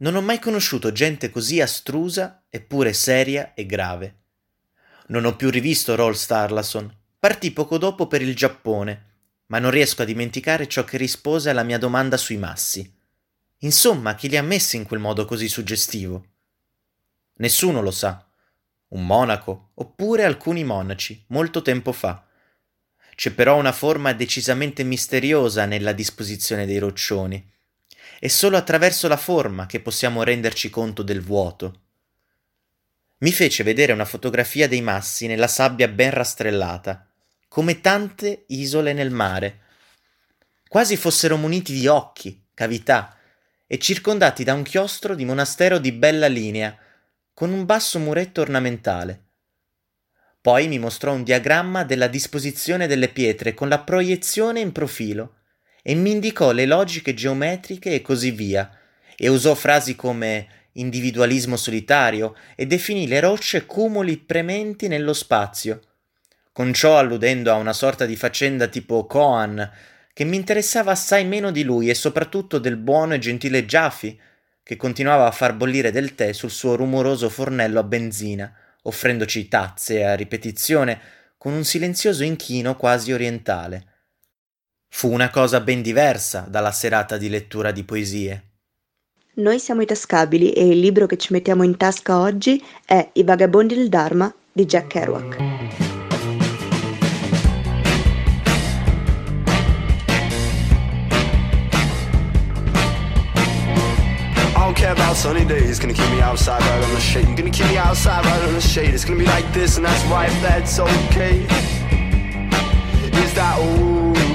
Non ho mai conosciuto gente così astrusa, eppure seria e grave. Non ho più rivisto Rolf Starlason. Partì poco dopo per il Giappone, ma non riesco a dimenticare ciò che rispose alla mia domanda sui massi. Insomma, chi li ha messi in quel modo così suggestivo? Nessuno lo sa. Un monaco, oppure alcuni monaci, molto tempo fa. C'è però una forma decisamente misteriosa nella disposizione dei roccioni. È solo attraverso la forma che possiamo renderci conto del vuoto. Mi fece vedere una fotografia dei massi nella sabbia ben rastrellata, come tante isole nel mare. Quasi fossero muniti di occhi, cavità, e circondati da un chiostro di monastero di bella linea, con un basso muretto ornamentale. Poi mi mostrò un diagramma della disposizione delle pietre con la proiezione in profilo e mi indicò le logiche geometriche e così via, e usò frasi come individualismo solitario e definì le rocce cumuli prementi nello spazio, con ciò alludendo a una sorta di faccenda tipo Koan, che mi interessava assai meno di lui e soprattutto del buono e gentile Giafi, che continuava a far bollire del tè sul suo rumoroso fornello a benzina, offrendoci tazze a ripetizione con un silenzioso inchino quasi orientale. Fu una cosa ben diversa dalla serata di lettura di poesie. Noi siamo i Tascabili e il libro che ci mettiamo in tasca oggi è I vagabondi del Dharma di Jack Kerouac. I don't care about sunny days, gonna keep me outside right on the shade. You're gonna keep me outside right on the shade. It's gonna be like this and that's right, that's okay. Is that okay?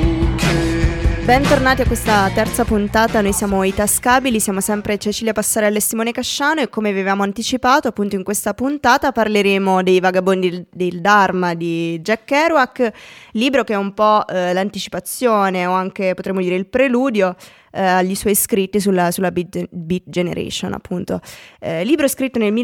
Bentornati a questa terza puntata, noi siamo i Tascabili, siamo sempre Cecilia Passarella e Simone Casciano e come avevamo anticipato appunto in questa puntata parleremo dei Vagabondi del Dharma di Jack Kerouac, libro che è un po' l'anticipazione o anche potremmo dire il preludio agli suoi scritti sulla Beat Generation, appunto. Libro scritto nel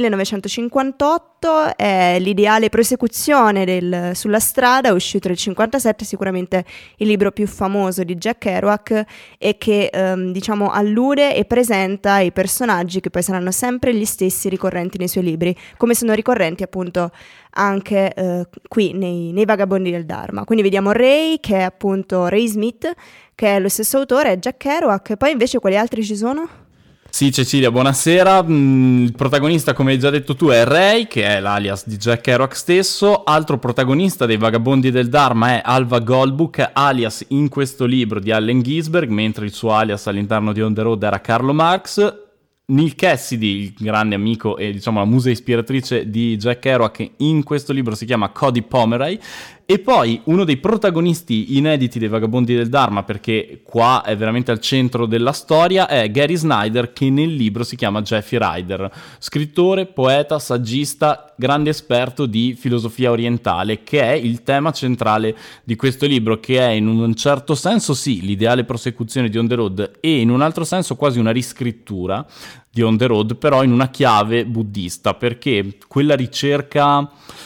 1958, è l'ideale prosecuzione sulla strada, uscito nel 1957, sicuramente il libro più famoso di Jack Kerouac e che diciamo allude e presenta i personaggi che poi saranno sempre gli stessi ricorrenti nei suoi libri, come sono ricorrenti appunto anche qui nei Vagabondi del Dharma. Quindi vediamo Ray, che è appunto Ray Smith, che è lo stesso autore, è Jack Kerouac, e poi invece quali altri ci sono? Sì, Cecilia, buonasera. Il protagonista, come hai già detto tu, è Ray, che è l'alias di Jack Kerouac stesso. Altro protagonista dei Vagabondi del Dharma è Alva Goldbook, alias in questo libro di Allen Ginsberg, mentre il suo alias all'interno di On the Road era Carlo Marx. Neil Cassidy, il grande amico e diciamo la musa ispiratrice di Jack Kerouac, in questo libro si chiama Cody Pomeroy. E poi uno dei protagonisti inediti dei Vagabondi del Dharma, perché qua è veramente al centro della storia, è Gary Snyder, che nel libro si chiama Jeffy Rider, scrittore, poeta, saggista, grande esperto di filosofia orientale, che è il tema centrale di questo libro, che è in un certo senso sì l'ideale prosecuzione di On the Road e in un altro senso quasi una riscrittura di On the Road, però in una chiave buddista, perché quella ricerca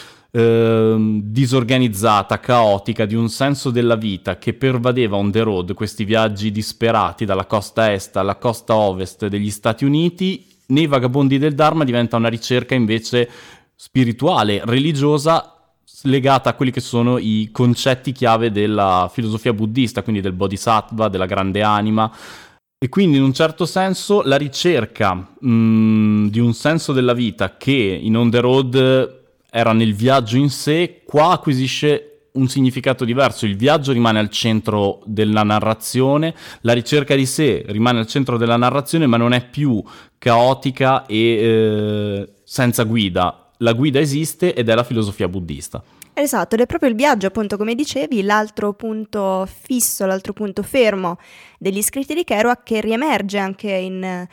disorganizzata, caotica di un senso della vita che pervadeva On the Road, questi viaggi disperati dalla costa est alla costa ovest degli Stati Uniti, nei Vagabondi del Dharma diventa una ricerca invece spirituale, religiosa, legata a quelli che sono i concetti chiave della filosofia buddista, quindi del bodhisattva, della grande anima. E quindi in un certo senso la ricerca di un senso della vita che in On the Road era nel viaggio in sé, qua acquisisce un significato diverso. Il viaggio rimane al centro della narrazione, la ricerca di sé rimane al centro della narrazione, ma non è più caotica e senza guida. La guida esiste ed è la filosofia buddista. Esatto, ed è proprio il viaggio, appunto, come dicevi, l'altro punto fisso, l'altro punto fermo degli scritti di Kerouac, che riemerge anche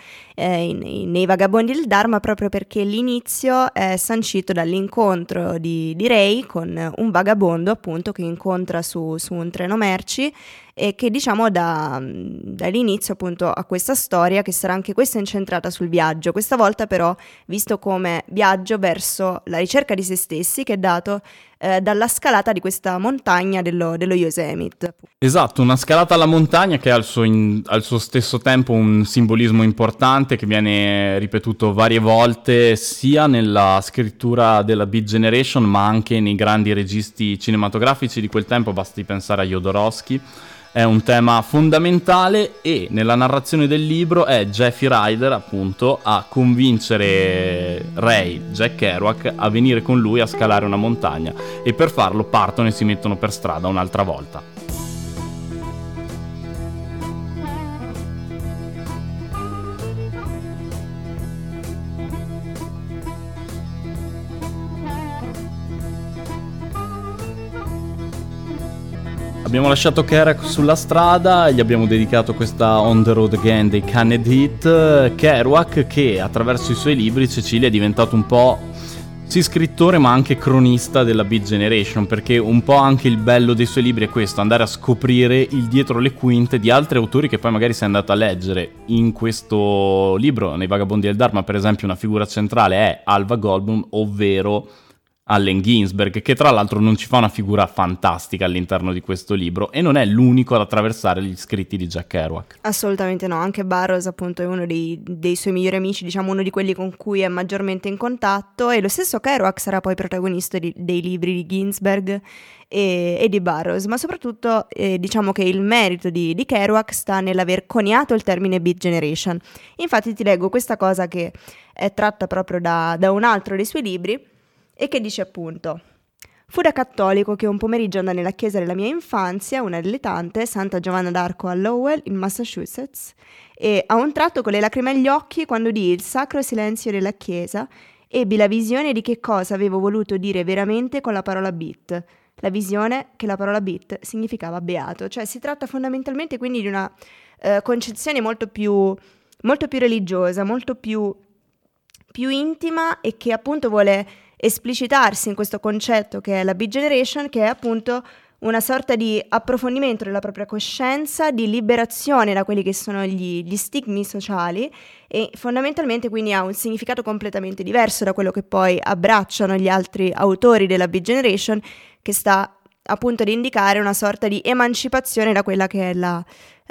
nei Vagabondi del Dharma, proprio perché l'inizio è sancito dall'incontro di Ray con un vagabondo, appunto, che incontra su un treno merci e che diciamo dall'inizio appunto a questa storia, che sarà anche questa incentrata sul viaggio, questa volta però visto come viaggio verso la ricerca di se stessi, che è dato dalla scalata di questa montagna dello Yosemite. Esatto, una scalata alla montagna che ha il al suo stesso tempo un simbolismo importante che viene ripetuto varie volte sia nella scrittura della Beat Generation ma anche nei grandi registi cinematografici di quel tempo, basti pensare a Jodorowsky. È un tema fondamentale e nella narrazione del libro è Jeffy Rider appunto a convincere Ray, Jack Kerouac, a venire con lui a scalare una montagna e per farlo partono e si mettono per strada un'altra volta. Abbiamo lasciato Kerouac sulla strada e gli abbiamo dedicato questa On the Road Again dei Canned Heat. Kerouac che attraverso i suoi libri, Cecilia, è diventato un po' sì scrittore ma anche cronista della Beat Generation, perché un po' anche il bello dei suoi libri è questo, andare a scoprire il dietro le quinte di altri autori che poi magari sei andato a leggere. In questo libro, nei Vagabondi del Dharma, per esempio, una figura centrale è Alva Goldblum, ovvero Allen Ginsberg, che tra l'altro non ci fa una figura fantastica all'interno di questo libro e non è l'unico ad attraversare gli scritti di Jack Kerouac. Assolutamente no, anche Burroughs appunto è uno dei suoi migliori amici, diciamo uno di quelli con cui è maggiormente in contatto, e lo stesso Kerouac sarà poi protagonista dei libri di Ginsberg e di Burroughs, ma soprattutto diciamo che il merito di Kerouac sta nell'aver coniato il termine Beat Generation. Infatti ti leggo questa cosa che è tratta proprio da un altro dei suoi libri e che dice appunto: fu da cattolico che un pomeriggio andai nella chiesa della mia infanzia, una delle tante, Santa Giovanna d'Arco a Lowell, in Massachusetts, e a un tratto con le lacrime agli occhi, quando udii il sacro silenzio della chiesa, ebbi la visione di che cosa avevo voluto dire veramente con la parola beat. La visione che la parola beat significava beato, cioè si tratta fondamentalmente quindi di una concezione molto più religiosa, molto più intima, e che appunto vuole esplicitarsi in questo concetto che è la Beat Generation, che è appunto una sorta di approfondimento della propria coscienza, di liberazione da quelli che sono gli stigmi sociali, e fondamentalmente quindi ha un significato completamente diverso da quello che poi abbracciano gli altri autori della Beat Generation, che sta appunto ad indicare una sorta di emancipazione da quella che è la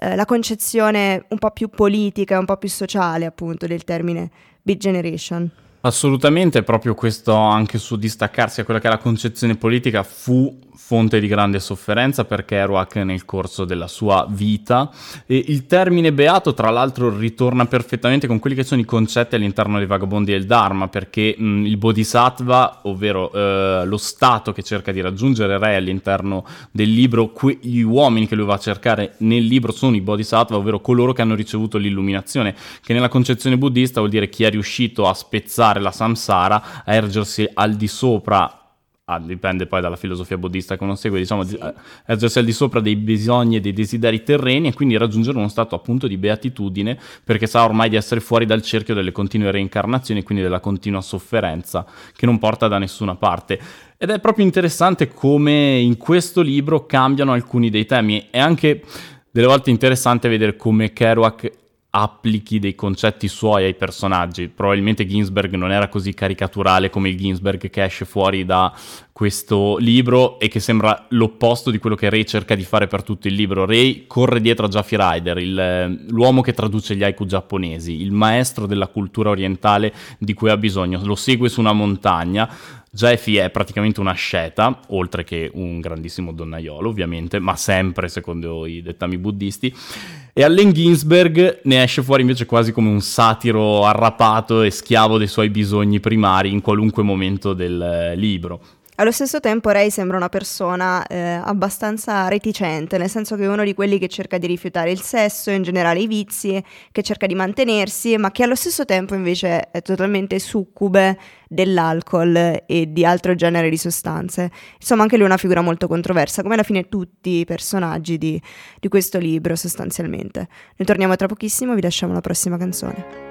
concezione un po' più politica, un po' più sociale appunto del termine Beat Generation. Assolutamente, proprio questo anche su distaccarsi da quella che è la concezione politica fu fonte di grande sofferenza per Kerouac nel corso della sua vita, e il termine beato tra l'altro ritorna perfettamente con quelli che sono i concetti all'interno dei Vagabondi del Dharma, perché il Bodhisattva, ovvero lo stato che cerca di raggiungere Re all'interno del libro, gli uomini che lui va a cercare nel libro sono i Bodhisattva, ovvero coloro che hanno ricevuto l'illuminazione, che nella concezione buddista vuol dire chi è riuscito a spezzare la samsara, a ergersi al di sopra, dipende poi dalla filosofia buddista che uno segue, diciamo, sì, ergersi al di sopra dei bisogni e dei desideri terreni, e quindi raggiungere uno stato appunto di beatitudine, perché sa ormai di essere fuori dal cerchio delle continue reincarnazioni e quindi della continua sofferenza che non porta da nessuna parte. Ed è proprio interessante come in questo libro cambiano alcuni dei temi, e anche delle volte interessante vedere come Kerouac applichi dei concetti suoi ai personaggi. Probabilmente Ginsberg non era così caricaturale come il Ginsberg che esce fuori da questo libro e che sembra l'opposto di quello che Ray cerca di fare per tutto il libro. Ray corre dietro a Jeffy Rider, l'uomo che traduce gli haiku giapponesi, il maestro della cultura orientale di cui ha bisogno, lo segue su una montagna. Jeffy è praticamente una asceta, oltre che un grandissimo donnaiolo ovviamente, ma sempre secondo i dettami buddisti, e Allen Ginsberg ne esce fuori invece quasi come un satiro arrapato e schiavo dei suoi bisogni primari in qualunque momento del libro. Allo stesso tempo Ray sembra una persona abbastanza reticente, nel senso che è uno di quelli che cerca di rifiutare il sesso, in generale i vizi, che cerca di mantenersi, ma che allo stesso tempo invece è totalmente succube dell'alcol e di altro genere di sostanze. Insomma, anche lui è una figura molto controversa, come alla fine tutti i personaggi di questo libro sostanzialmente. Noi torniamo tra pochissimo, vi lasciamo la prossima canzone.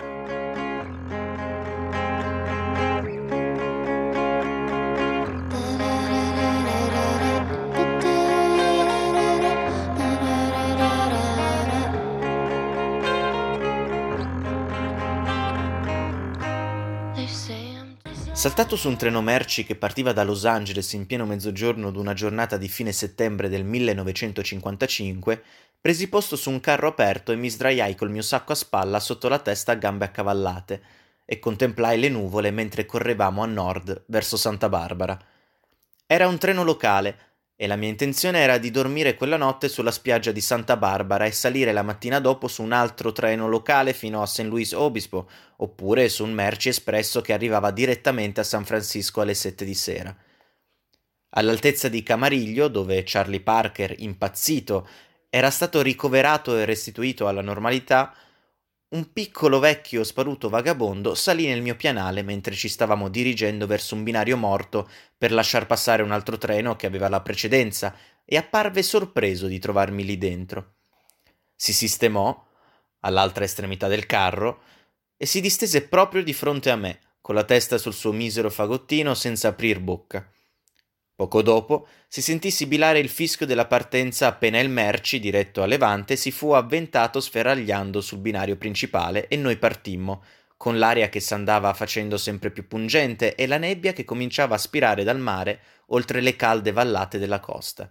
Saltato su un treno merci che partiva da Los Angeles in pieno mezzogiorno d'una giornata di fine settembre del 1955, Presi posto su un carro aperto e mi sdraiai col mio sacco a spalla sotto la testa a gambe accavallate e contemplai le nuvole mentre correvamo a nord verso Santa Barbara. Era un treno locale e la mia intenzione era di dormire quella notte sulla spiaggia di Santa Barbara e salire la mattina dopo su un altro treno locale fino a St. Louis Obispo, oppure su un merci espresso che arrivava direttamente a San Francisco alle 7 di sera. All'altezza di Camarillo, dove Charlie Parker, impazzito, era stato ricoverato e restituito alla normalità, un piccolo vecchio sparuto vagabondo salì nel mio pianale mentre ci stavamo dirigendo verso un binario morto per lasciar passare un altro treno che aveva la precedenza e apparve sorpreso di trovarmi lì dentro. Si sistemò, all'altra estremità del carro, e si distese proprio di fronte a me, con la testa sul suo misero fagottino senza aprir bocca. Poco dopo si sentì sibilare il fischio della partenza appena il merci, diretto a Levante, si fu avventato sferragliando sul binario principale e noi partimmo, con l'aria che s'andava facendo sempre più pungente e la nebbia che cominciava a spirare dal mare oltre le calde vallate della costa.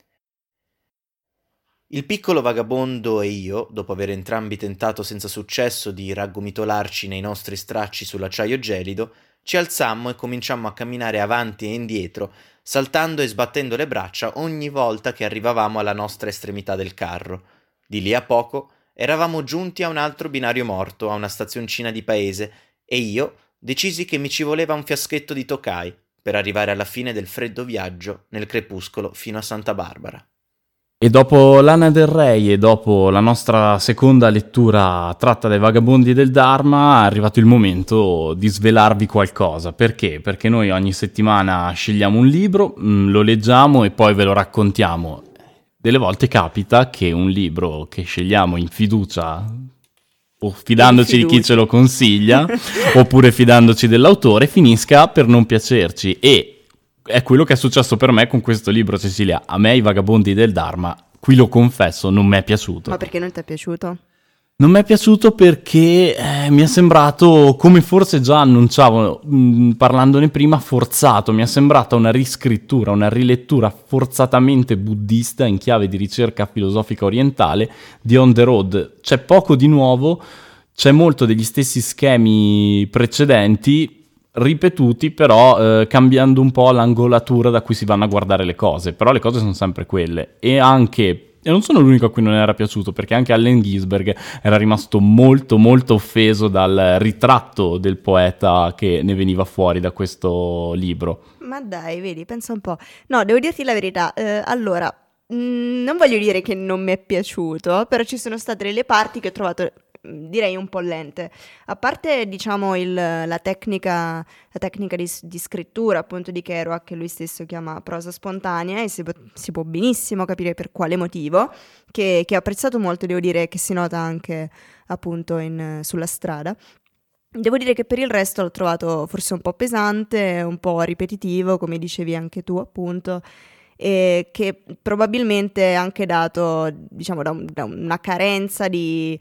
Il piccolo vagabondo e io, dopo aver entrambi tentato senza successo di raggomitolarci nei nostri stracci sull'acciaio gelido, ci alzammo e cominciammo a camminare avanti e indietro, saltando e sbattendo le braccia ogni volta che arrivavamo alla nostra estremità del carro. Di lì a poco eravamo giunti a un altro binario morto, a una stazioncina di paese, e io decisi che mi ci voleva un fiaschetto di Tokai per arrivare alla fine del freddo viaggio nel crepuscolo fino a Santa Barbara. E dopo Lana Del Rey e dopo la nostra seconda lettura tratta dai Vagabondi del Dharma è arrivato il momento di svelarvi qualcosa. Perché? Perché noi ogni settimana scegliamo un libro, lo leggiamo e poi ve lo raccontiamo. Delle volte capita che un libro che scegliamo in fiducia o fidandoci di chi ce lo consiglia oppure fidandoci dell'autore finisca per non piacerci, e è quello che è successo per me con questo libro, Cecilia. A me I Vagabondi del Dharma, qui lo confesso, non mi è piaciuto. Ma perché non ti è piaciuto? Non mi è piaciuto perché mi è sembrato, come forse già annunciavo parlandone prima, forzato. Mi è sembrata una riscrittura, una rilettura forzatamente buddista in chiave di ricerca filosofica orientale di On the Road. C'è poco di nuovo, c'è molto degli stessi schemi precedenti, ripetuti però cambiando un po' l'angolatura da cui si vanno a guardare le cose, però le cose sono sempre quelle. E non sono l'unico a cui non era piaciuto, perché anche Allen Ginsberg era rimasto molto molto offeso dal ritratto del poeta che ne veniva fuori da questo libro. Ma dai, vedi, pensa un po'. No, devo dirti la verità, allora, non voglio dire che non mi è piaciuto, però ci sono state delle parti che ho trovato, direi, un po' lente. A parte, diciamo, la tecnica di scrittura, appunto, di Kerouac, che lui stesso chiama prosa spontanea, e si può benissimo capire per quale motivo, che ho apprezzato molto, devo dire, che si nota anche, appunto, sulla strada. Devo dire che per il resto l'ho trovato forse un po' pesante, un po' ripetitivo, come dicevi anche tu, appunto, e che probabilmente è anche dato, diciamo, da una carenza di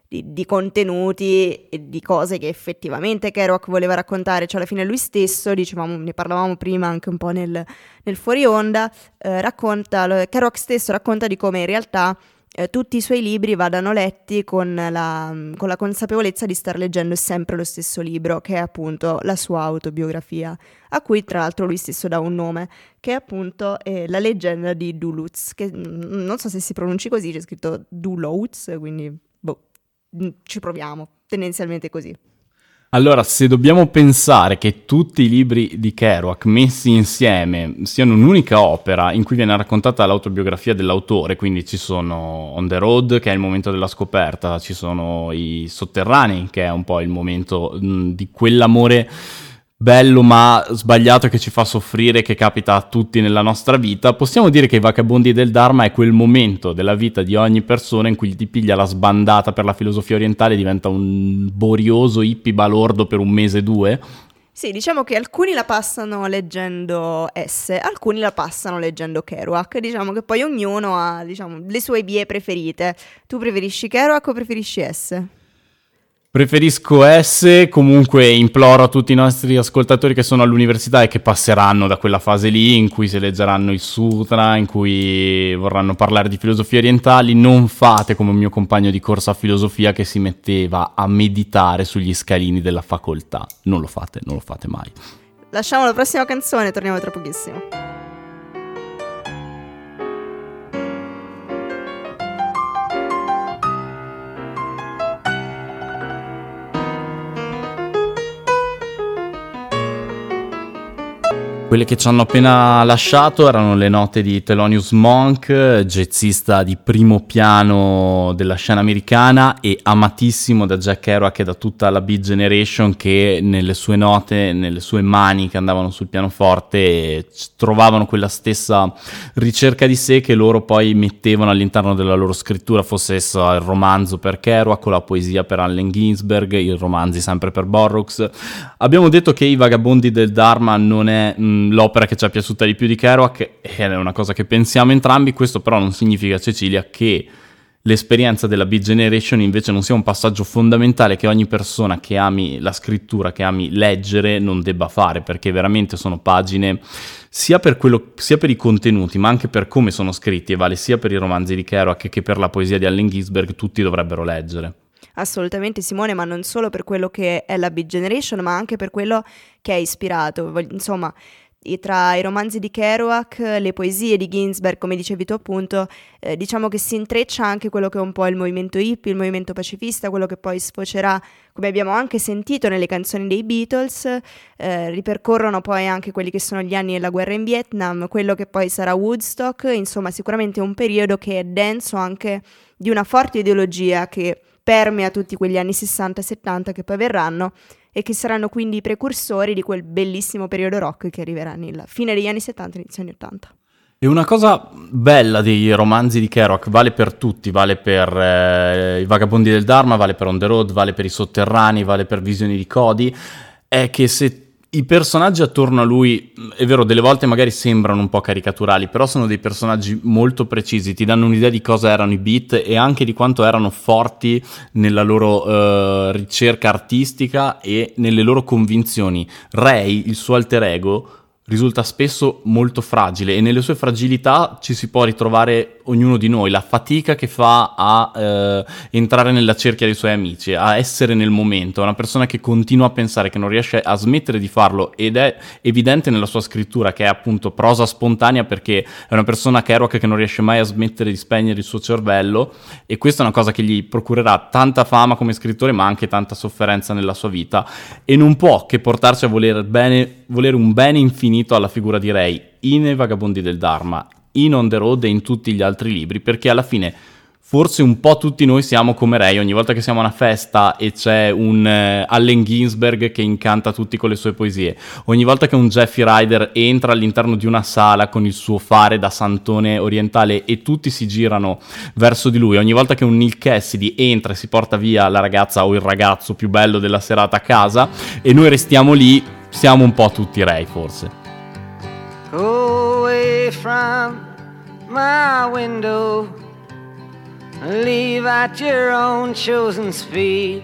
contenuti e di cose che effettivamente Kerouac voleva raccontare. Cioè, alla fine lui stesso, dicevamo, ne parlavamo prima anche un po' nel fuori onda, Kerouac stesso racconta di come in realtà tutti i suoi libri vadano letti con la consapevolezza di star leggendo sempre lo stesso libro, che è appunto la sua autobiografia, a cui tra l'altro lui stesso dà un nome, che è appunto La leggenda di Duluth, che non so se si pronunci così, c'è scritto Duluth, quindi ci proviamo, tendenzialmente così. Allora, se dobbiamo pensare che tutti i libri di Kerouac messi insieme siano un'unica opera in cui viene raccontata l'autobiografia dell'autore, quindi ci sono On the Road, che è il momento della scoperta, ci sono I Sotterranei, che è un po' il momento di quell'amore bello ma sbagliato che ci fa soffrire, che capita a tutti nella nostra vita, possiamo dire che I Vagabondi del Dharma è quel momento della vita di ogni persona in cui ti piglia la sbandata per la filosofia orientale e diventa un borioso hippie balordo per un mese o due. Sì, diciamo che alcuni la passano leggendo alcuni la passano leggendo Kerouac. Diciamo che poi ognuno ha, diciamo, le sue vie preferite. Tu preferisci Kerouac o preferisci S? Preferisco S, comunque imploro a tutti i nostri ascoltatori che sono all'università e che passeranno da quella fase lì in cui si leggeranno il sutra, in cui vorranno parlare di filosofie orientali, non fate come un mio compagno di corsa a filosofia che si metteva a meditare sugli scalini della facoltà. Non lo fate mai. Lasciamo la prossima canzone, torniamo tra pochissimo. Quelle che ci hanno appena lasciato erano le note di Thelonious Monk, jazzista di primo piano della scena americana e amatissimo da Jack Kerouac e da tutta la Beat Generation, che nelle sue note, nelle sue mani che andavano sul pianoforte trovavano quella stessa ricerca di sé che loro poi mettevano all'interno della loro scrittura, fosse esso il romanzo per Kerouac o la poesia per Allen Ginsberg, i romanzi sempre per Burroughs. Abbiamo detto che I Vagabondi del Dharma non è l'opera che ci è piaciuta di più di Kerouac, è una cosa che pensiamo entrambi. Questo però non significa, Cecilia, che l'esperienza della Beat Generation invece non sia un passaggio fondamentale che ogni persona che ami la scrittura, che ami leggere, non debba fare, perché veramente sono pagine sia per i contenuti ma anche per come sono scritti, e vale sia per i romanzi di Kerouac che per la poesia di Allen Ginsberg, tutti dovrebbero leggere. Assolutamente, Simone, ma non solo per quello che è la Beat Generation, ma anche per quello che ha ispirato. Insomma, tra i romanzi di Kerouac, le poesie di Ginsberg, come dicevi tu appunto, diciamo che si intreccia anche quello che è un po' il movimento hippie, il movimento pacifista, quello che poi sfocerà, come abbiamo anche sentito nelle canzoni dei Beatles, ripercorrono poi anche quelli che sono gli anni della guerra in Vietnam, quello che poi sarà Woodstock. Insomma, sicuramente un periodo che è denso anche di una forte ideologia che permea tutti quegli anni 60 e 70 che poi verranno e che saranno quindi i precursori di quel bellissimo periodo rock che arriverà nella fine degli anni 70 e inizio anni 80. E una cosa bella dei romanzi di Kerouac, vale per tutti, vale per I Vagabondi del Dharma, vale per On the Road, vale per I Sotterranei, vale per Visioni di Cody, è che se i personaggi attorno a lui, è vero, delle volte magari sembrano un po' caricaturali, però sono dei personaggi molto precisi, ti danno un'idea di cosa erano i Beat e anche di quanto erano forti nella loro ricerca artistica e nelle loro convinzioni. Ray, il suo alter ego, risulta spesso molto fragile e nelle sue fragilità ci si può ritrovare ognuno di noi, la fatica che fa a entrare nella cerchia dei suoi amici, a essere nel momento. È una persona che continua a pensare, che non riesce a smettere di farlo, ed è evidente nella sua scrittura che è appunto prosa spontanea, perché è una persona, Kerouac, che non riesce mai a smettere di spegnere il suo cervello, e questa è una cosa che gli procurerà tanta fama come scrittore ma anche tanta sofferenza nella sua vita, e non può che portarci a volere un bene infinito alla figura di Ray in I Vagabondi del Dharma, in On the Road e in tutti gli altri libri, perché alla fine forse un po' tutti noi siamo come Ray. Ogni volta che siamo a una festa e c'è un Allen Ginsberg che incanta tutti con le sue poesie, ogni volta che un Jeffrey Ryder entra all'interno di una sala con il suo fare da santone orientale e tutti si girano verso di lui, ogni volta che un Neil Cassidy entra e si porta via la ragazza o il ragazzo più bello della serata a casa e noi restiamo lì, siamo un po' tutti Ray forse. Go away from my window, leave at your own chosen speed.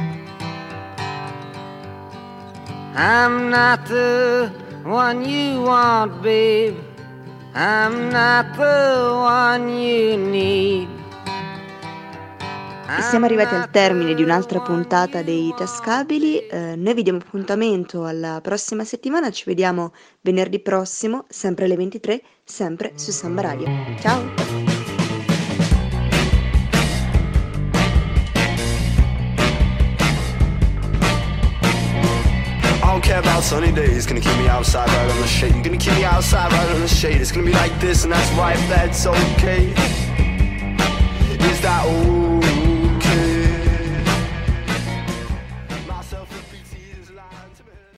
I'm not the one you want, babe. I'm not the one you need. E siamo arrivati al termine di un'altra puntata dei Tascabili. Noi vi diamo appuntamento alla prossima settimana. Ci vediamo venerdì prossimo, sempre alle 23, sempre su Samba Radio. Ciao! I don't care about sunny days, gonna keep me outside right on the shade. I'm gonna keep me outside right on the shade. It's gonna be like this and that's right, that's okay. Is that all?